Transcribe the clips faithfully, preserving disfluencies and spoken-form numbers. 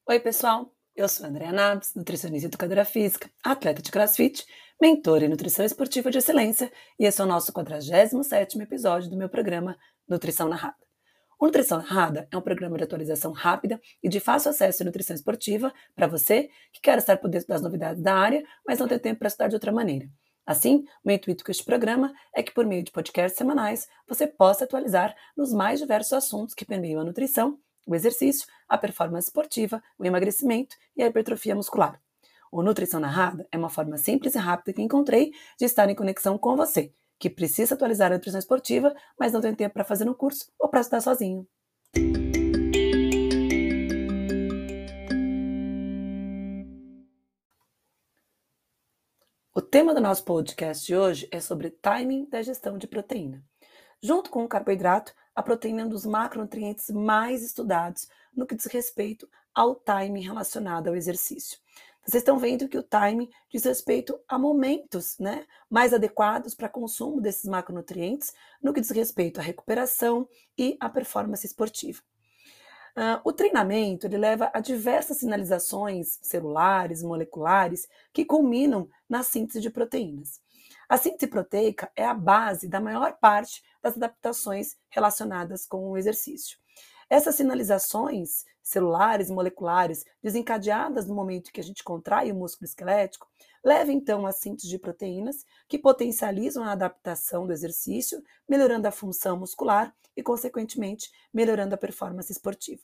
Oi, pessoal. Eu sou a Andrea Naves, nutricionista e educadora física, atleta de CrossFit, mentora em nutrição esportiva de excelência, e esse é o nosso quadragésimo sétimo episódio do meu programa Nutrição Narrada. O Nutrição Narrada é um programa de atualização rápida e de fácil acesso à nutrição esportiva para você que quer estar por dentro das novidades da área, mas não tem tempo para estudar de outra maneira. Assim, o meu intuito com este programa é que, por meio de podcasts semanais, você possa atualizar nos mais diversos assuntos que permeiam a nutrição, o exercício, a performance esportiva, o emagrecimento e a hipertrofia muscular. O Nutrição Narrada é uma forma simples e rápida que encontrei de estar em conexão com você, que precisa atualizar a nutrição esportiva, mas não tem tempo para fazer um curso ou para estudar sozinho. O tema do nosso podcast de hoje é sobre timing da gestão de proteína. Junto com o carboidrato, a proteína é um dos macronutrientes mais estudados no que diz respeito ao timing relacionado ao exercício. Vocês estão vendo que o timing diz respeito a momentos, né, mais adequados para consumo desses macronutrientes no que diz respeito à recuperação e à performance esportiva. Uh, o treinamento ele leva a diversas sinalizações celulares, moleculares, que culminam na síntese de proteínas. A síntese proteica é a base da maior parte das adaptações relacionadas com o exercício. Essas sinalizações celulares e moleculares, desencadeadas no momento que a gente contrai o músculo esquelético, levam então à síntese de proteínas que potencializam a adaptação do exercício, melhorando a função muscular e, consequentemente, melhorando a performance esportiva.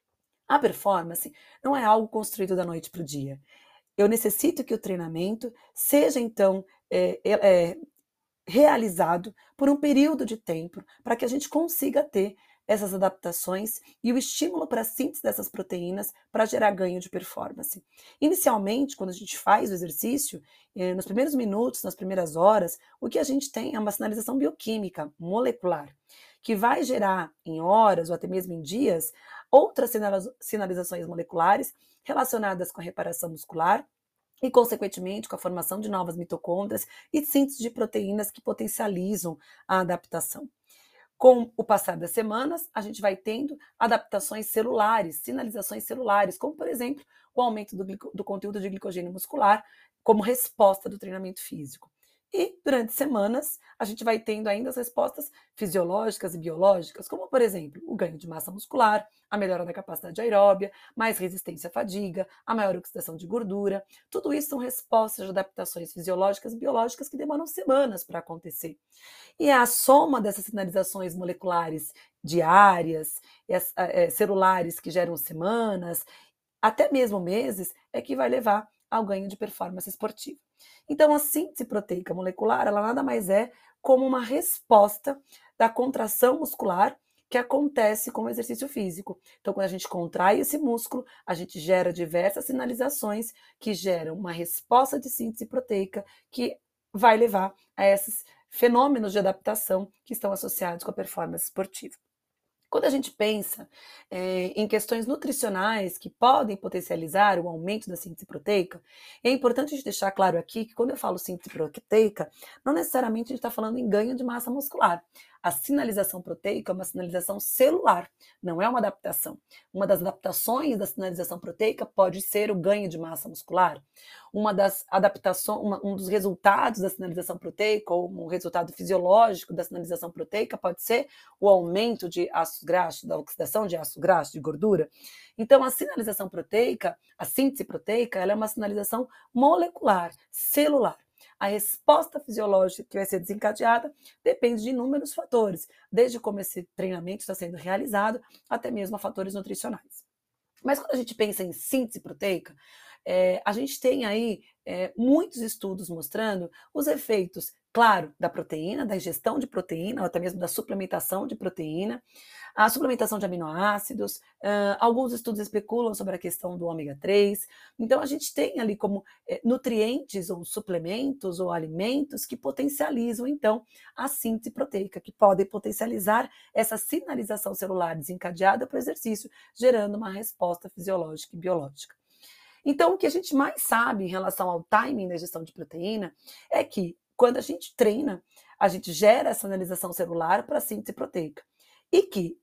A performance não é algo construído da noite para o dia. Eu necessito que o treinamento seja, então, é, é, realizado por um período de tempo para que a gente consiga ter essas adaptações e o estímulo para a síntese dessas proteínas para gerar ganho de performance. Inicialmente, quando a gente faz o exercício, eh, nos primeiros minutos, nas primeiras horas, o que a gente tem é uma sinalização bioquímica molecular, que vai gerar em horas ou até mesmo em dias outras sinalizações moleculares relacionadas com a reparação muscular, e, consequentemente, com a formação de novas mitocôndrias e síntese de proteínas que potencializam a adaptação. Com o passar das semanas, a gente vai tendo adaptações celulares, sinalizações celulares, como, por exemplo, o aumento do, glico, do conteúdo de glicogênio muscular como resposta do treinamento físico. E, durante semanas, a gente vai tendo ainda as respostas fisiológicas e biológicas, como, por exemplo, o ganho de massa muscular, a melhora da capacidade aeróbia, mais resistência à fadiga, a maior oxidação de gordura. Tudo isso são respostas de adaptações fisiológicas e biológicas que demoram semanas para acontecer. E é a soma dessas sinalizações moleculares diárias, é, celulares que geram semanas, até mesmo meses, é que vai levar ao ganho de performance esportiva. Então, a síntese proteica molecular, ela nada mais é como uma resposta da contração muscular que acontece com o exercício físico. Então, quando a gente contrai esse músculo, a gente gera diversas sinalizações que geram uma resposta de síntese proteica que vai levar a esses fenômenos de adaptação que estão associados com a performance esportiva. Quando a gente pensa é, em questões nutricionais que podem potencializar o aumento da síntese proteica, é importante a gente deixar claro aqui que quando eu falo síntese proteica, não necessariamente a gente está falando em ganho de massa muscular. A sinalização proteica é uma sinalização celular, não é uma adaptação. Uma das adaptações da sinalização proteica pode ser o ganho de massa muscular. Uma das adaptações, uma, um dos resultados da sinalização proteica, ou um resultado fisiológico da sinalização proteica, pode ser o aumento de ácidos graxos, da oxidação de ácidos graxos, de gordura. Então, a sinalização proteica, a síntese proteica, ela é uma sinalização molecular, celular. A resposta fisiológica que vai ser desencadeada depende de inúmeros fatores, desde como esse treinamento está sendo realizado, até mesmo a fatores nutricionais. Mas quando a gente pensa em síntese proteica, é, a gente tem aí é, muitos estudos mostrando os efeitos, claro, da proteína, da ingestão de proteína, ou até mesmo da suplementação de proteína, a suplementação de aminoácidos, uh, alguns estudos especulam sobre a questão do ômega três. Então, a gente tem ali como é, nutrientes ou suplementos ou alimentos que potencializam, então, a síntese proteica, que podem potencializar essa sinalização celular desencadeada para o exercício, gerando uma resposta fisiológica e biológica. Então, o que a gente mais sabe em relação ao timing da ingestão de proteína é que, quando a gente treina, a gente gera essa sinalização celular para a síntese proteica. E que,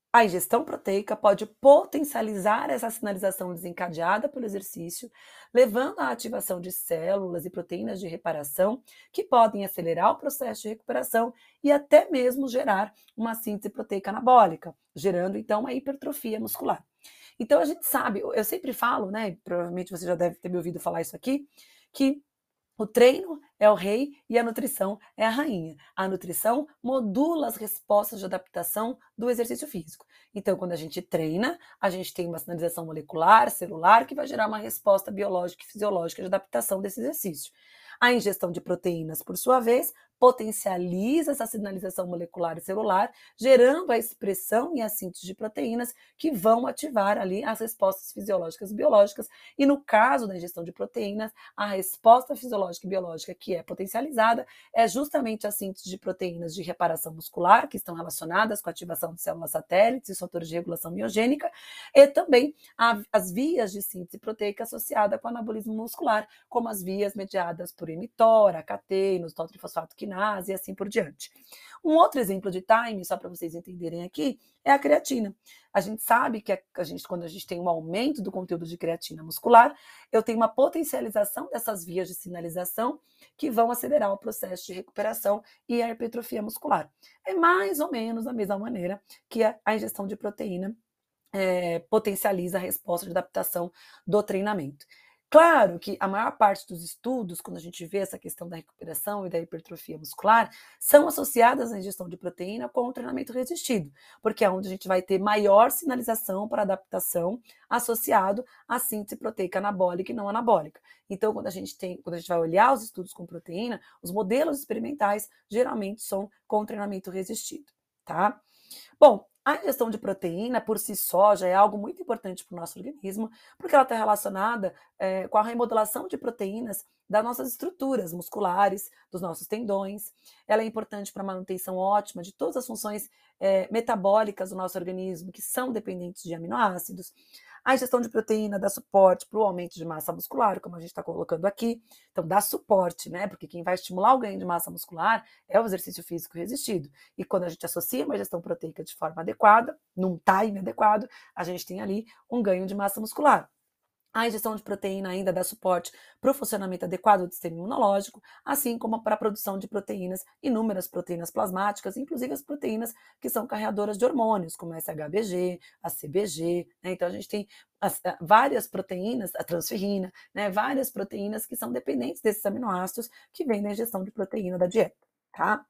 A ingestão proteica pode potencializar essa sinalização desencadeada pelo exercício, levando à ativação de células e proteínas de reparação, que podem acelerar o processo de recuperação e até mesmo gerar uma síntese proteica anabólica, gerando então uma hipertrofia muscular. Então a gente sabe, eu sempre falo, né, provavelmente você já deve ter me ouvido falar isso aqui, que o treino é o rei e a nutrição é a rainha. A nutrição modula as respostas de adaptação do exercício físico. Então, quando a gente treina, a gente tem uma sinalização molecular, celular, que vai gerar uma resposta biológica e fisiológica de adaptação desse exercício. A ingestão de proteínas, por sua vez, potencializa essa sinalização molecular e celular, gerando a expressão e a síntese de proteínas que vão ativar ali as respostas fisiológicas e biológicas. E no caso da ingestão de proteínas, a resposta fisiológica e biológica que é potencializada é justamente a síntese de proteínas de reparação muscular, que estão relacionadas com a ativação de células satélites e fatores de regulação miogênica, e também a, as vias de síntese proteica associada com o anabolismo muscular, como as vias mediadas por mTOR, A K T, inositol trifosfato quinase e assim por diante. Um outro exemplo de time, só para vocês entenderem aqui, é a creatina. A gente sabe que a gente, quando a gente tem um aumento do conteúdo de creatina muscular, eu tenho uma potencialização dessas vias de sinalização que vão acelerar o processo de recuperação e a hipertrofia muscular. É mais ou menos da mesma maneira que a ingestão de proteína é, potencializa a resposta de adaptação do treinamento. Claro que a maior parte dos estudos, quando a gente vê essa questão da recuperação e da hipertrofia muscular, são associadas à ingestão de proteína com o treinamento resistido, porque é onde a gente vai ter maior sinalização para adaptação associado à síntese proteica anabólica e não anabólica. Então, quando a gente tem, quando a gente vai olhar os estudos com proteína, os modelos experimentais geralmente são com treinamento resistido, tá? Bom, a ingestão de proteína por si só já é algo muito importante para o nosso organismo, porque ela está relacionada é, com a remodelação de proteínas das nossas estruturas musculares, dos nossos tendões. Ela é importante para a manutenção ótima de todas as funções é, metabólicas do nosso organismo, que são dependentes de aminoácidos. A ingestão de proteína dá suporte para o aumento de massa muscular, como a gente está colocando aqui. Então, dá suporte, né? Porque quem vai estimular o ganho de massa muscular é o exercício físico resistido. E quando a gente associa uma ingestão proteica de forma adequada, num time adequado, a gente tem ali um ganho de massa muscular. A ingestão de proteína ainda dá suporte para o funcionamento adequado do sistema imunológico, assim como para a produção de proteínas, inúmeras proteínas plasmáticas, inclusive as proteínas que são carreadoras de hormônios, como a S H B G, a C B G, né? Então a gente tem as, a, várias proteínas, a transferrina, né? Várias proteínas que são dependentes desses aminoácidos que vêm da ingestão de proteína da dieta, tá?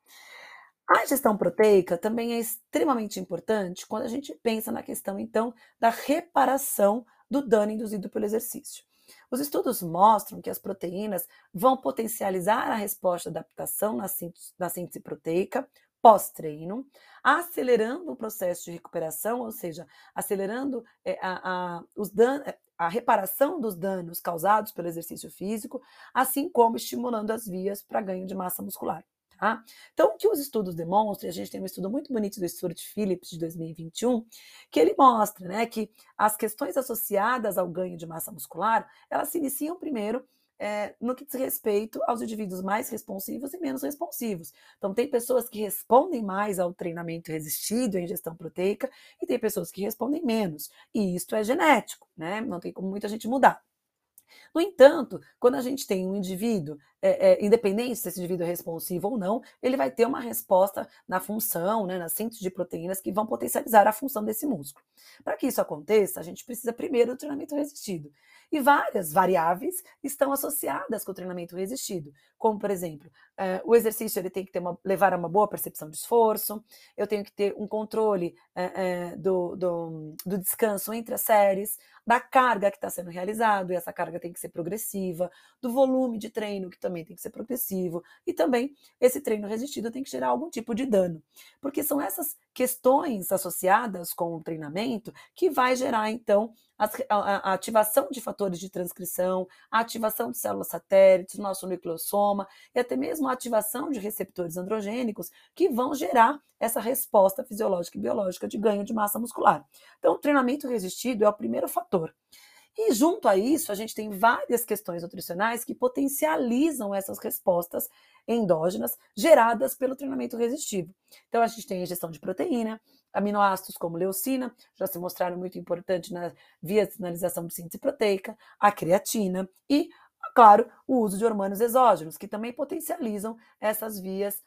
A ingestão proteica também é extremamente importante quando a gente pensa na questão, então, da reparação do dano induzido pelo exercício. Os estudos mostram que as proteínas vão potencializar a resposta de adaptação na síntese, na síntese proteica pós-treino, acelerando o processo de recuperação, ou seja, acelerando é, a, a, os dan a reparação dos danos causados pelo exercício físico, assim como estimulando as vias para ganho de massa muscular. Tá? Então, o que os estudos demonstram, a gente tem um estudo muito bonito do Stuart Phillips, de dois mil e vinte e um, que ele mostra, né, que as questões associadas ao ganho de massa muscular, elas se iniciam primeiro é, no que diz respeito aos indivíduos mais responsivos e menos responsivos. Então, tem pessoas que respondem mais ao treinamento resistido, à ingestão proteica, e tem pessoas que respondem menos. E isso é genético, né? Não tem como muita gente mudar. No entanto, quando a gente tem um indivíduo, é, é, independente se esse indivíduo é responsivo ou não, ele vai ter uma resposta na função, né, na síntese de proteínas que vão potencializar a função desse músculo. Para que isso aconteça, a gente precisa primeiro do treinamento resistido. E várias variáveis estão associadas com o treinamento resistido, como, por exemplo, é, o exercício ele tem que ter uma, levar a uma boa percepção de esforço, eu tenho que ter um controle é, é, do, do, do descanso entre as séries, da carga que está sendo realizado, e essa carga tem que ser progressiva, do volume de treino, que também tem que ser progressivo, e também esse treino resistido tem que gerar algum tipo de dano, porque são essas questões associadas com o treinamento que vai gerar, então, a, a, a ativação de fatores de transcrição, a ativação de células satélites, nosso nucleossoma, e até mesmo a ativação de receptores androgênicos que vão gerar essa resposta fisiológica e biológica de ganho de massa muscular. Então, o treinamento resistido é o primeiro fator. E junto a isso, a gente tem várias questões nutricionais que potencializam essas respostas endógenas geradas pelo treinamento resistivo. Então, a gente tem a ingestão de proteína, aminoácidos como leucina, já se mostraram muito importantes na via de sinalização de síntese proteica, a creatina e, claro, o uso de hormônios exógenos, que também potencializam essas vias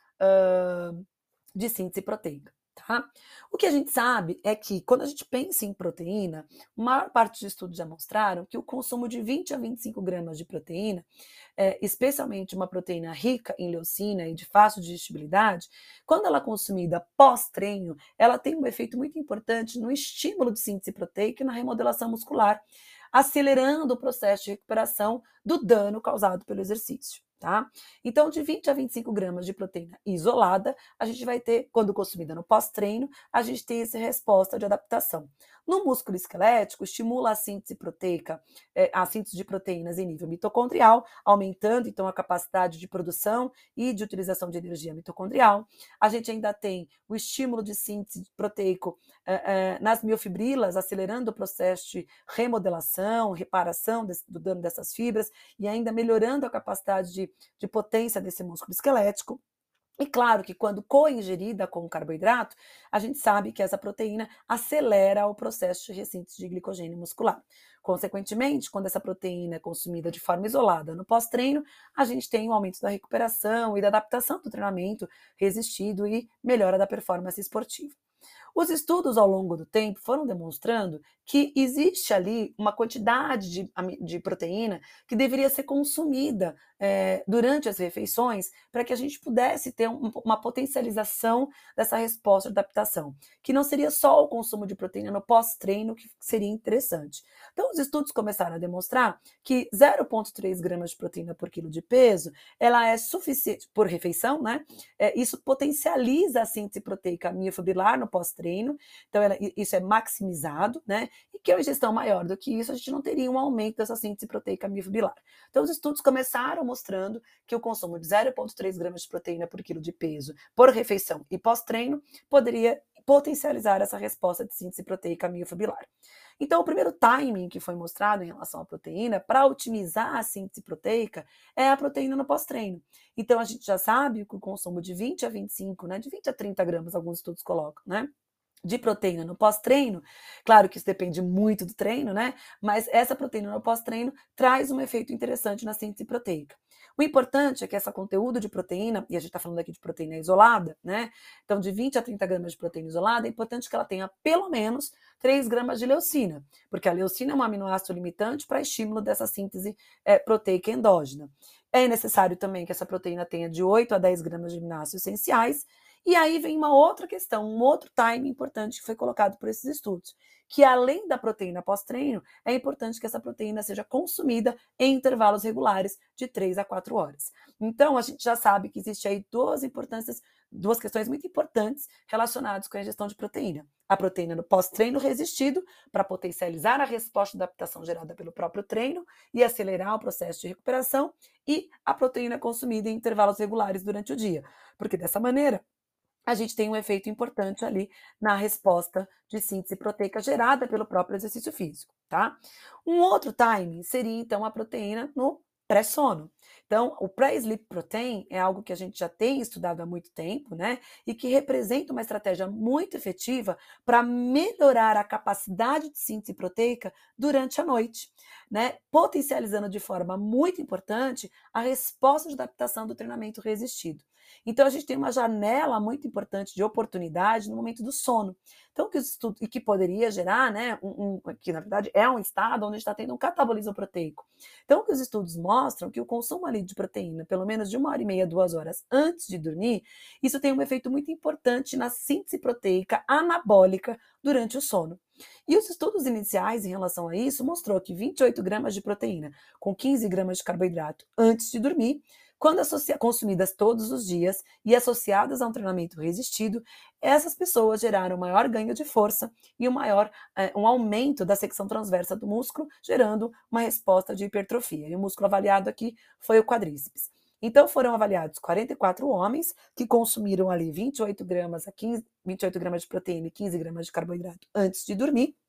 uh, de síntese proteica. Tá? O que a gente sabe é que quando a gente pensa em proteína, a maior parte de estudos já mostraram que o consumo de vinte a vinte e cinco gramas de proteína, é, especialmente uma proteína rica em leucina e de fácil digestibilidade, quando ela é consumida pós-treino, ela tem um efeito muito importante no estímulo de síntese proteica e na remodelação muscular, acelerando o processo de recuperação do dano causado pelo exercício. Tá? Então, de vinte a vinte e cinco gramas de proteína isolada, a gente vai ter, quando consumida no pós-treino, a gente tem essa resposta de adaptação. No músculo esquelético, estimula a síntese proteica, a síntese de proteínas em nível mitocondrial, aumentando então a capacidade de produção e de utilização de energia mitocondrial. A gente ainda tem o estímulo de síntese proteico eh, eh, nas miofibrilas, acelerando o processo de remodelação, reparação desse, do dano dessas fibras e ainda melhorando a capacidade de, de potência desse músculo esquelético. E claro que quando co-ingerida com o carboidrato, a gente sabe que essa proteína acelera o processo de ressíntese de glicogênio muscular. Consequentemente, quando essa proteína é consumida de forma isolada no pós-treino, a gente tem um aumento da recuperação e da adaptação do treinamento resistido e melhora da performance esportiva. Os estudos ao longo do tempo foram demonstrando que existe ali uma quantidade de, de proteína que deveria ser consumida é, durante as refeições para que a gente pudesse ter um, uma potencialização dessa resposta de adaptação, que não seria só o consumo de proteína no pós-treino que seria interessante. Então, os estudos começaram a demonstrar que zero vírgula três gramas de proteína por quilo de peso, ela é suficiente, por refeição, né? É, isso potencializa a síntese proteica miofibrilar no pós-treino, então ela, isso é maximizado, né? E que uma ingestão maior do que isso, a gente não teria um aumento dessa síntese proteica miofibrilar. Então, os estudos começaram mostrando que o consumo de zero vírgula três gramas de proteína por quilo de peso por refeição e pós-treino poderia potencializar essa resposta de síntese proteica miofibrilar. Então, o primeiro timing que foi mostrado em relação à proteína para otimizar a síntese proteica é a proteína no pós-treino. Então, a gente já sabe que o consumo de vinte a vinte e cinco, né, de vinte a trinta gramas, alguns estudos colocam, né? De proteína no pós-treino, claro que isso depende muito do treino, né? Mas essa proteína no pós-treino traz um efeito interessante na síntese proteica. O importante é que esse conteúdo de proteína, e a gente está falando aqui de proteína isolada, né? Então, de vinte a trinta gramas de proteína isolada, é importante que ela tenha pelo menos três gramas de leucina, porque a leucina é um aminoácido limitante para estímulo dessa síntese é, proteica endógena. É necessário também que essa proteína tenha de oito a dez gramas de aminoácidos essenciais. E aí vem uma outra questão, um outro time importante que foi colocado por esses estudos, que além da proteína pós-treino, é importante que essa proteína seja consumida em intervalos regulares de três a quatro horas. Então, a gente já sabe que existe aí duas importâncias, duas questões muito importantes relacionadas com a ingestão de proteína. A proteína no pós-treino resistido, para potencializar a resposta de adaptação gerada pelo próprio treino e acelerar o processo de recuperação, e a proteína consumida em intervalos regulares durante o dia, porque dessa maneira a gente tem um efeito importante ali na resposta de síntese proteica gerada pelo próprio exercício físico, tá? Um outro timing seria, então, a proteína no pré-sono. Então, o pré-sleep protein é algo que a gente já tem estudado há muito tempo, né? E que representa uma estratégia muito efetiva para melhorar a capacidade de síntese proteica durante a noite, né? Potencializando de forma muito importante a resposta de adaptação do treinamento resistido. Então, a gente tem uma janela muito importante de oportunidade no momento do sono. Então, que estudo, e que poderia gerar, né, um, um, que na verdade é um estado onde está tendo um catabolismo proteico. Então, o que os estudos mostram que o consumo ali de proteína, pelo menos de uma hora e meia, duas horas antes de dormir, isso tem um efeito muito importante na síntese proteica anabólica durante o sono. E os estudos iniciais em relação a isso mostrou que vinte e oito gramas de proteína com quinze gramas de carboidrato antes de dormir, quando consumidas todos os dias e associadas a um treinamento resistido, essas pessoas geraram um maior ganho de força e um maior eh, um aumento da secção transversa do músculo, gerando uma resposta de hipertrofia. E o músculo avaliado aqui foi o quadríceps. Então, foram avaliados quarenta e quatro homens que consumiram ali vinte e oito gramas a quinze, vinte e oito gramas de proteína e quinze gramas de carboidrato antes de dormir.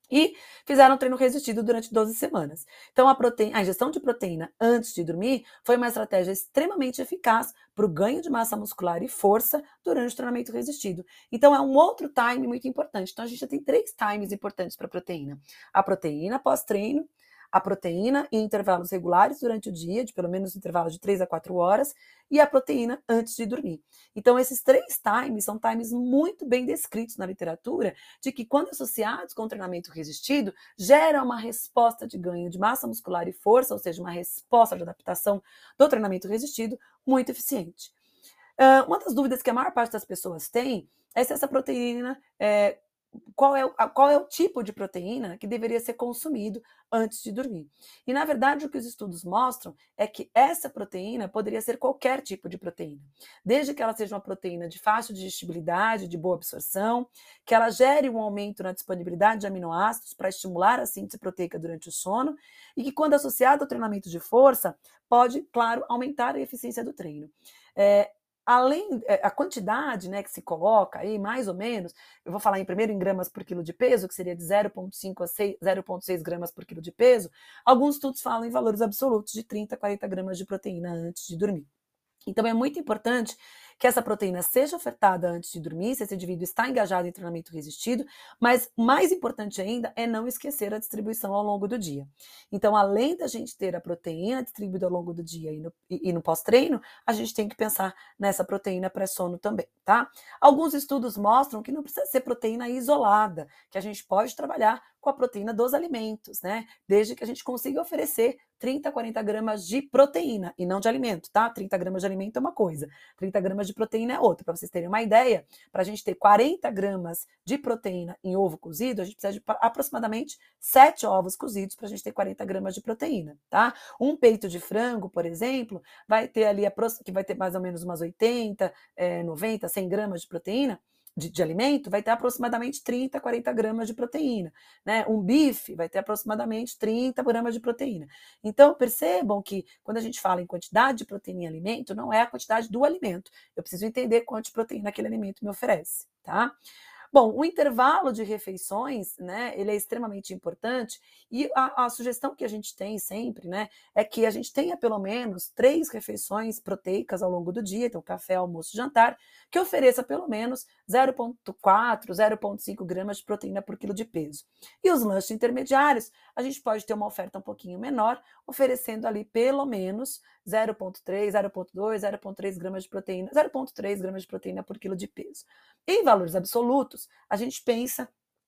e fizeram treino resistido durante doze semanas. Então, a, proteína, a ingestão de proteína antes de dormir foi uma estratégia extremamente eficaz para o ganho de massa muscular e força durante o treinamento resistido. Então, é um outro time muito importante. Então, a gente já tem três times importantes para a proteína. A proteína pós-treino, a proteína em intervalos regulares durante o dia, de pelo menos intervalos de três a quatro horas, e a proteína antes de dormir. Então, esses três times são times muito bem descritos na literatura, de que, quando associados com o treinamento resistido, geram uma resposta de ganho de massa muscular e força, ou seja, uma resposta de adaptação do treinamento resistido muito eficiente. Uh, uma das dúvidas que a maior parte das pessoas tem é se essa proteína é, qual é, qual é o tipo de proteína que deveria ser consumido antes de dormir. E, na verdade, o que os estudos mostram é que essa proteína poderia ser qualquer tipo de proteína, desde que ela seja uma proteína de fácil digestibilidade, de boa absorção, que ela gere um aumento na disponibilidade de aminoácidos para estimular a síntese proteica durante o sono e que, quando associada ao treinamento de força, pode, claro, aumentar a eficiência do treino. É, Além, a quantidade, né, que se coloca aí, mais ou menos, eu vou falar em primeiro em gramas por quilo de peso, que seria de zero vírgula cinco a zero vírgula seis gramas por quilo de peso, alguns estudos falam em valores absolutos de trinta a quarenta gramas de proteína antes de dormir. Então, é muito importante que essa proteína seja ofertada antes de dormir, se esse indivíduo está engajado em treinamento resistido, mas mais importante ainda é não esquecer a distribuição ao longo do dia. Então, além da gente ter a proteína distribuída ao longo do dia e no, e, e no pós-treino, a gente tem que pensar nessa proteína pré-sono também, tá? Alguns estudos mostram que não precisa ser proteína isolada, que a gente pode trabalhar com a proteína dos alimentos, né? Desde que a gente consiga oferecer trinta a quarenta gramas de proteína e não de alimento, tá? trinta gramas de alimento é uma coisa, trinta gramas de proteína é outra. Para vocês terem uma ideia, para a gente ter quarenta gramas de proteína em ovo cozido, a gente precisa de aproximadamente sete ovos cozidos para a gente ter quarenta gramas de proteína, tá? Um peito de frango, por exemplo, vai ter ali, que vai ter mais ou menos umas oitenta, noventa, cem gramas de proteína, De, de alimento, vai ter aproximadamente trinta, quarenta gramas de proteína, né? Um bife vai ter aproximadamente trinta gramas de proteína. Então, percebam que, quando a gente fala em quantidade de proteína em alimento, não é a quantidade do alimento. Eu preciso entender quanto de proteína aquele alimento me oferece, tá? Bom, o intervalo de refeições, né, ele é extremamente importante, e a, a sugestão que a gente tem sempre, né, é que a gente tenha pelo menos três refeições proteicas ao longo do dia, então café, almoço e jantar, que ofereça pelo menos zero vírgula quatro, zero vírgula cinco gramas de proteína por quilo de peso. E os lanches intermediários, a gente pode ter uma oferta um pouquinho menor, oferecendo ali pelo menos zero vírgula três, zero vírgula dois, zero vírgula três gramas de proteína, zero vírgula três gramas de proteína por quilo de peso. Em valores absolutos, a gente pensa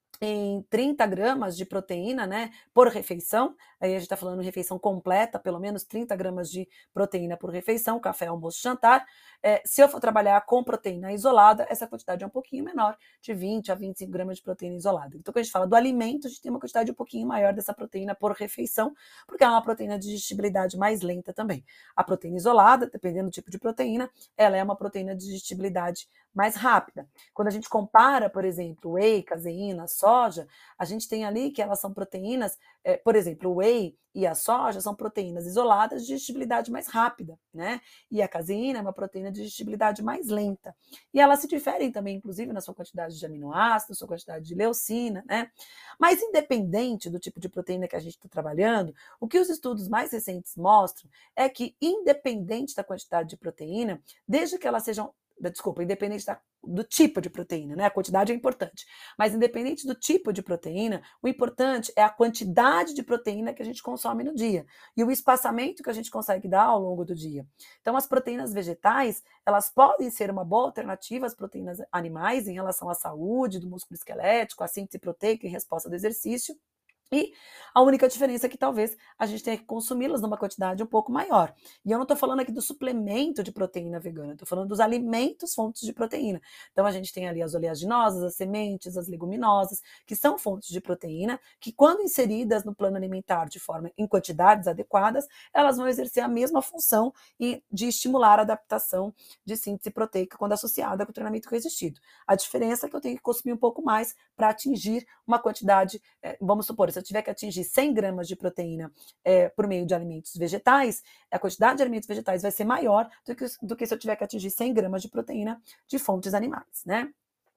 em trinta gramas de proteína, né, por refeição. Aí a gente está falando de refeição completa, pelo menos trinta gramas de proteína por refeição, café, almoço, jantar. É, se eu for trabalhar com proteína isolada, essa quantidade é um pouquinho menor, de vinte a vinte e cinco gramas de proteína isolada. Então, quando a gente fala do alimento, a gente tem uma quantidade um pouquinho maior dessa proteína por refeição, porque é uma proteína de digestibilidade mais lenta também. A proteína isolada, dependendo do tipo de proteína, ela é uma proteína de digestibilidade mais rápida. Quando a gente compara, por exemplo, whey, caseína, soja, a gente tem ali que elas são proteínas, é, por exemplo, o whey e a soja são proteínas isoladas de digestibilidade mais rápida, né? E a caseína é uma proteína de digestibilidade mais lenta. E elas se diferem também, inclusive, na sua quantidade de aminoácidos, sua quantidade de leucina, né? Mas, independente do tipo de proteína que a gente está trabalhando, o que os estudos mais recentes mostram é que, independente da quantidade de proteína, desde que elas sejam Desculpa, independente da, do tipo de proteína, né? A quantidade é importante. Mas, independente do tipo de proteína, o importante é a quantidade de proteína que a gente consome no dia e o espaçamento que a gente consegue dar ao longo do dia. Então, as proteínas vegetais, elas podem ser uma boa alternativa às proteínas animais em relação à saúde do músculo esquelético, à síntese proteica em resposta do exercício. E a única diferença é que talvez a gente tenha que consumi-las numa quantidade um pouco maior. E eu não estou falando aqui do suplemento de proteína vegana, estou falando dos alimentos fontes de proteína. Então, a gente tem ali as oleaginosas, as sementes, as leguminosas, que são fontes de proteína, que, quando inseridas no plano alimentar de forma em quantidades adequadas, elas vão exercer a mesma função e de estimular a adaptação de síntese proteica quando associada com o treinamento resistido. A diferença é que eu tenho que consumir um pouco mais para atingir uma quantidade, vamos supor, se eu tiver que atingir cem gramas de proteína é, por meio de alimentos vegetais, a quantidade de alimentos vegetais vai ser maior do que, do que se eu tiver que atingir cem gramas de proteína de fontes animais, né?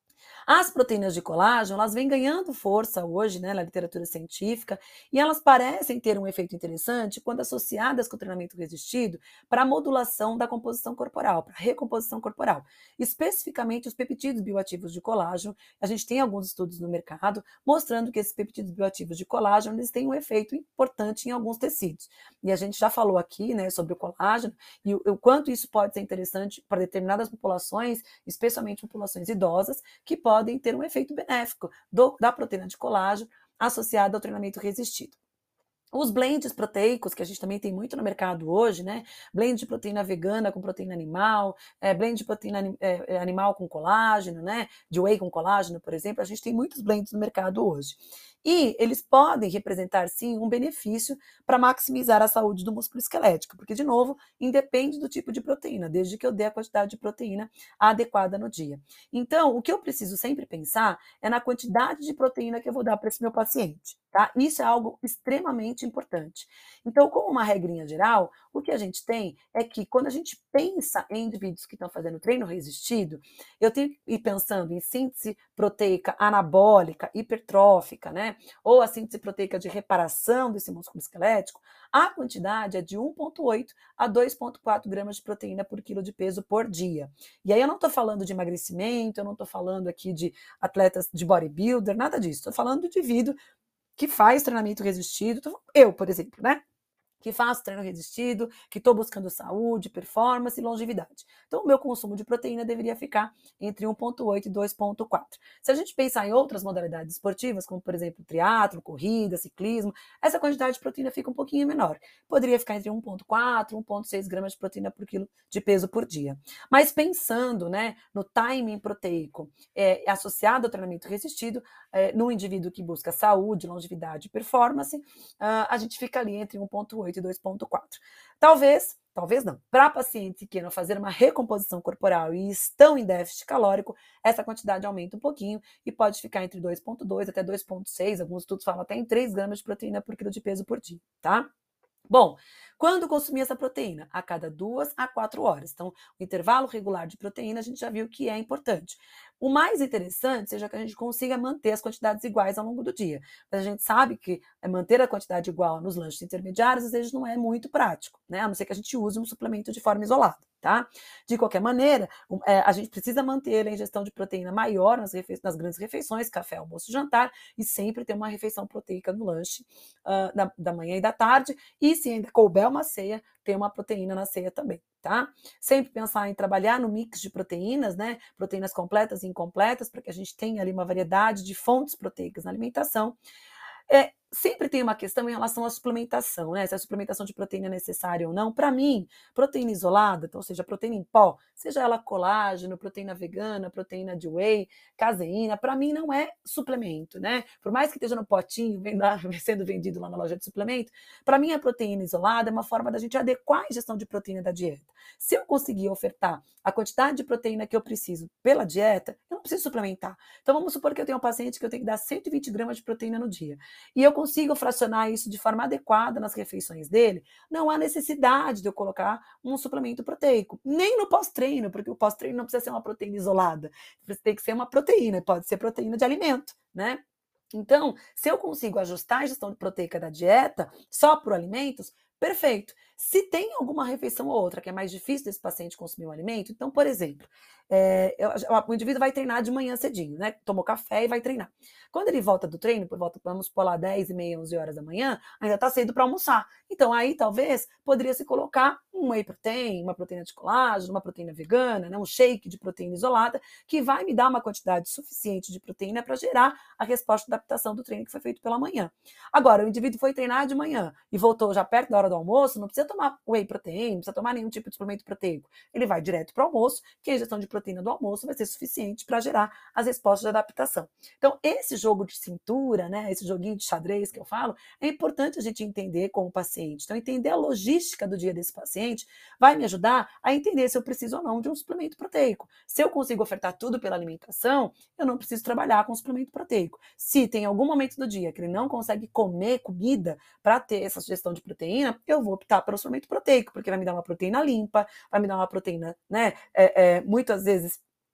As proteínas de colágeno, elas vêm ganhando força hoje, né, na literatura científica, e elas parecem ter um efeito interessante quando associadas com o treinamento resistido para a modulação da composição corporal, para a recomposição corporal. Especificamente os peptídeos bioativos de colágeno, a gente tem alguns estudos no mercado mostrando que esses peptídeos bioativos de colágeno, eles têm um efeito importante em alguns tecidos. E a gente já falou aqui, né, sobre o colágeno e o, o quanto isso pode ser interessante para determinadas populações, especialmente populações idosas, que podem ter um efeito benéfico do, da proteína de colágeno associada ao treinamento resistido. Os blends proteicos, que a gente também tem muito no mercado hoje, né? Blend de proteína vegana com proteína animal, é, blend de proteína é, animal com colágeno, né? De whey com colágeno, por exemplo. A gente tem muitos blends no mercado hoje. E eles podem representar, sim, um benefício para maximizar a saúde do músculo esquelético, porque, de novo, independe do tipo de proteína, desde que eu dê a quantidade de proteína adequada no dia. Então, o que eu preciso sempre pensar é na quantidade de proteína que eu vou dar para esse meu paciente, tá? Isso é algo extremamente importante. Então, como uma regrinha geral, o que a gente tem é que quando a gente pensa em indivíduos que estão fazendo treino resistido, eu tenho que ir pensando em síntese proteica anabólica, hipertrófica, né? Ou a síntese proteica de reparação desse músculo esquelético, a quantidade é de um vírgula oito a dois vírgula quatro gramas de proteína por quilo de peso por dia. E aí eu não estou falando de emagrecimento, eu não estou falando aqui de atletas de bodybuilder, nada disso. Estou falando do indivíduo que faz treinamento resistido, eu, por exemplo, né? Que faço treino resistido, que estou buscando saúde, performance e longevidade. Então, o meu consumo de proteína deveria ficar entre um vírgula oito e dois vírgula quatro. Se a gente pensar em outras modalidades esportivas, como, por exemplo, triatlo, corrida, ciclismo, essa quantidade de proteína fica um pouquinho menor. Poderia ficar entre um vírgula quatro e um vírgula seis gramas de proteína por quilo de peso por dia. Mas pensando, né, no timing proteico é, associado ao treinamento resistido, é, no indivíduo que busca saúde, longevidade e performance, uh, a gente fica ali entre um vírgula oito e dois vírgula quatro. Talvez, talvez não, para pacientes que queiram fazer uma recomposição corporal e estão em déficit calórico, essa quantidade aumenta um pouquinho e pode ficar entre dois vírgula dois até dois vírgula seis, alguns estudos falam até em três gramas de proteína por quilo de peso por dia, tá? Bom, quando consumir essa proteína? A cada duas a quatro horas. Então, o intervalo regular de proteína a gente já viu que é importante. O mais interessante seja que a gente consiga manter as quantidades iguais ao longo do dia. Mas a gente sabe que manter a quantidade igual nos lanches intermediários às vezes não é muito prático, né? A não ser que a gente use um suplemento de forma isolada, tá? De qualquer maneira, a gente precisa manter a ingestão de proteína maior nas, refe... nas grandes refeições, café, almoço e jantar, e sempre ter uma refeição proteica no lanche uh, da, da manhã e da tarde, e se ainda couber uma ceia, ter uma proteína na ceia também, tá? Sempre pensar em trabalhar no mix de proteínas, né? Proteínas completas e incompletas, para que a gente tenha ali uma variedade de fontes proteicas na alimentação. É, sempre tem uma questão em relação à suplementação, né? Se a suplementação de proteína é necessária ou não. Para mim, proteína isolada, então, ou seja, proteína em pó, seja ela colágeno, proteína vegana, proteína de whey, caseína, para mim não é suplemento, né? Por mais que esteja no potinho sendo vendido lá na loja de suplemento, para mim a proteína isolada é uma forma da gente adequar a ingestão de proteína da dieta. Se eu conseguir ofertar a quantidade de proteína que eu preciso pela dieta, eu não preciso suplementar. Então vamos supor que eu tenho um paciente que eu tenho que dar cento e vinte gramas de proteína no dia. E eu consigo fracionar isso de forma adequada nas refeições dele, não há necessidade de eu colocar um suplemento proteico, nem no pós-treino, porque o pós-treino não precisa ser uma proteína isolada, tem que ser uma proteína, pode ser proteína de alimento, né? Então, se eu consigo ajustar a ingestão proteica da dieta só por alimentos, perfeito. Se tem alguma refeição ou outra que é mais difícil desse paciente consumir o alimento, então, por exemplo, é, eu, o indivíduo vai treinar de manhã cedinho, né? Tomou café e vai treinar. Quando ele volta do treino, por volta, vamos por lá, dez e meia, onze horas da manhã, ainda está cedo para almoçar. Então, aí talvez poderia se colocar um whey protein, uma proteína de colágeno, uma proteína vegana, né? Um shake de proteína isolada, que vai me dar uma quantidade suficiente de proteína para gerar a resposta de adaptação do treino que foi feito pela manhã. Agora, o indivíduo foi treinar de manhã e voltou já perto da hora do almoço, não precisa tomar whey protein, não precisa tomar nenhum tipo de suplemento proteico. Ele vai direto para o almoço, que a ingestão de proteína do almoço vai ser suficiente para gerar as respostas de adaptação. Então, esse jogo de cintura, né, esse joguinho de xadrez que eu falo, é importante a gente entender com o paciente. Então, entender a logística do dia desse paciente vai me ajudar a entender se eu preciso ou não de um suplemento proteico. Se eu consigo ofertar tudo pela alimentação, eu não preciso trabalhar com suplemento proteico. Se tem algum momento do dia que ele não consegue comer comida para ter essa sugestão de proteína, eu vou optar pelo suplemento proteico, porque vai me dar uma proteína limpa, vai me dar uma proteína, né, é, é, muitas vezes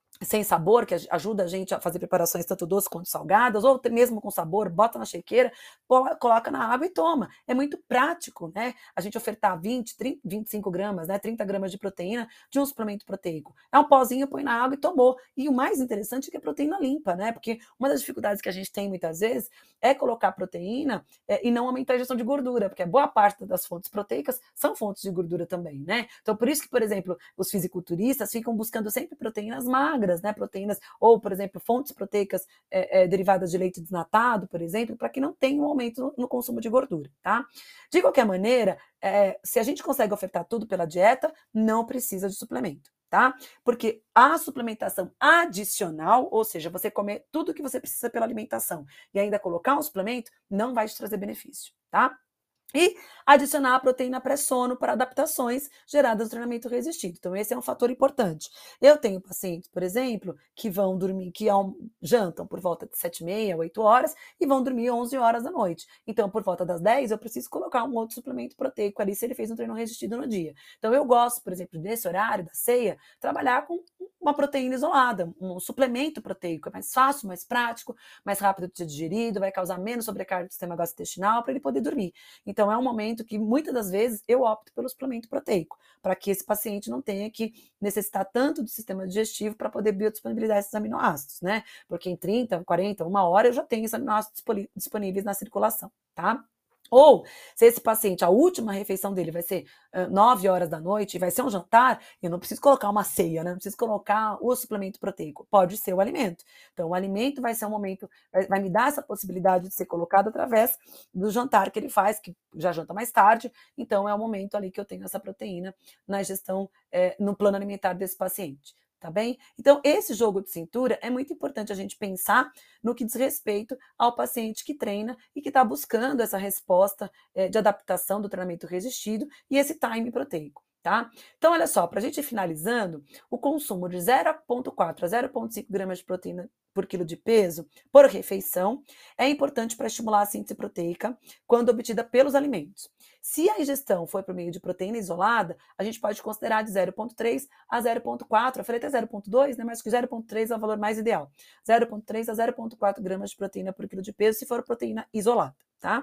sem sabor, que ajuda a gente a fazer preparações tanto doces quanto salgadas, ou mesmo com sabor, bota na shakeira, coloca na água e toma. É muito prático, né? A gente ofertar vinte, trinta, vinte e cinco gramas, né? trinta gramas de proteína de um suplemento proteico. É um pozinho, põe na água e tomou. E o mais interessante é que é proteína limpa, né? Porque uma das dificuldades que a gente tem muitas vezes é colocar proteína é, e não aumentar a ingestão de gordura, porque a boa parte das fontes proteicas são fontes de gordura também, né? Então, por isso que, por exemplo, os fisiculturistas ficam buscando sempre proteínas magras, né, proteínas, ou, por exemplo, fontes proteicas é, é, derivadas de leite desnatado, por exemplo, para que não tenha um aumento no, no consumo de gordura, tá? De qualquer maneira, é, se a gente consegue ofertar tudo pela dieta, não precisa de suplemento, tá? Porque a suplementação adicional, ou seja, você comer tudo que você precisa pela alimentação e ainda colocar um suplemento, não vai te trazer benefício, tá? E adicionar a proteína pré-sono para adaptações geradas no treinamento resistido. Então, esse é um fator importante. Eu tenho pacientes, por exemplo, que vão dormir, que jantam por volta de sete e meia, oito horas e vão dormir onze horas da noite. Então, por volta das dez, eu preciso colocar um outro suplemento proteico ali se ele fez um treino resistido no dia. Então, eu gosto, por exemplo, desse horário da ceia, trabalhar com uma proteína isolada, um suplemento proteico. É mais fácil, mais prático, mais rápido de ser digerido, vai causar menos sobrecarga do sistema gastrointestinal para ele poder dormir. Então, Então, é um momento que, muitas das vezes, eu opto pelo suplemento proteico, para que esse paciente não tenha que necessitar tanto do sistema digestivo para poder biodisponibilizar esses aminoácidos, né? Porque em trinta, quarenta, uma hora, eu já tenho esses aminoácidos disponíveis na circulação, tá? Ou, se esse paciente, a última refeição dele vai ser uh, nove horas da noite, vai ser um jantar, eu não preciso colocar uma ceia, né? Não preciso colocar o suplemento proteico. Pode ser o alimento. Então, o alimento vai ser um momento, vai, vai me dar essa possibilidade de ser colocado através do jantar que ele faz, que já janta mais tarde. Então, é o momento ali que eu tenho essa proteína na gestão, é, no plano alimentar desse paciente. Tá bem? Então, esse jogo de cintura é muito importante a gente pensar no que diz respeito ao paciente que treina e que está buscando essa resposta é, de adaptação do treinamento resistido e esse time proteico, tá? Então, olha só, para a gente ir finalizando, o consumo de zero vírgula quatro a zero vírgula cinco gramas de proteína por quilo de peso por refeição é importante para estimular a síntese proteica quando obtida pelos alimentos. Se a ingestão for por meio de proteína isolada, a gente pode considerar de zero vírgula três a zero vírgula quatro, eu falei até zero vírgula dois, né, mas que zero vírgula três é o valor mais ideal. zero vírgula três a zero vírgula quatro gramas de proteína por quilo de peso se for proteína isolada, tá?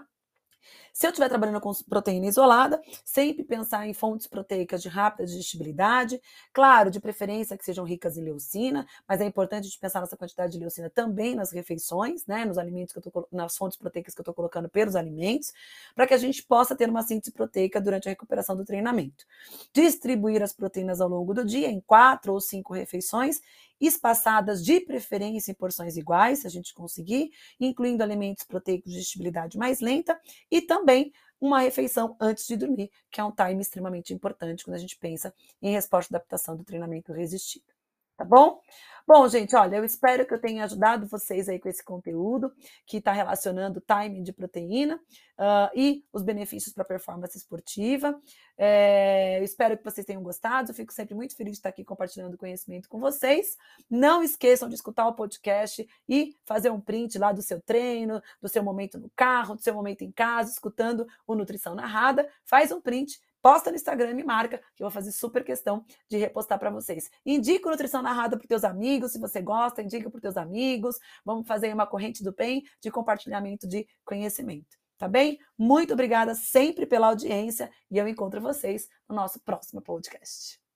Se eu estiver trabalhando com proteína isolada, sempre pensar em fontes proteicas de rápida digestibilidade, claro, de preferência que sejam ricas em leucina, mas é importante a gente pensar nessa quantidade de leucina também nas refeições, né, nos alimentos que eu tô, nas fontes proteicas que eu estou colocando pelos alimentos, para que a gente possa ter uma síntese proteica durante a recuperação do treinamento. Distribuir as proteínas ao longo do dia em quatro ou cinco refeições, espaçadas de preferência em porções iguais, se a gente conseguir, incluindo alimentos proteicos de digestibilidade mais lenta, e também uma refeição antes de dormir, que é um time extremamente importante quando a gente pensa em resposta à adaptação do treinamento resistido. Tá bom? Bom, gente, olha, eu espero que eu tenha ajudado vocês aí com esse conteúdo que está relacionando o timing de proteína uh, e os benefícios para a performance esportiva. É, eu espero que vocês tenham gostado. Eu fico sempre muito feliz de estar aqui compartilhando conhecimento com vocês. Não esqueçam de escutar o podcast e fazer um print lá do seu treino, do seu momento no carro, do seu momento em casa, escutando o Nutrição Narrada. Faz um print, posta no Instagram e me marca, que eu vou fazer super questão de repostar para vocês. Indica o Nutrição Narrada para os teus amigos, se você gosta, indica para os teus amigos. Vamos fazer uma corrente do bem de compartilhamento de conhecimento. Tá bem? Muito obrigada sempre pela audiência e eu encontro vocês no nosso próximo podcast.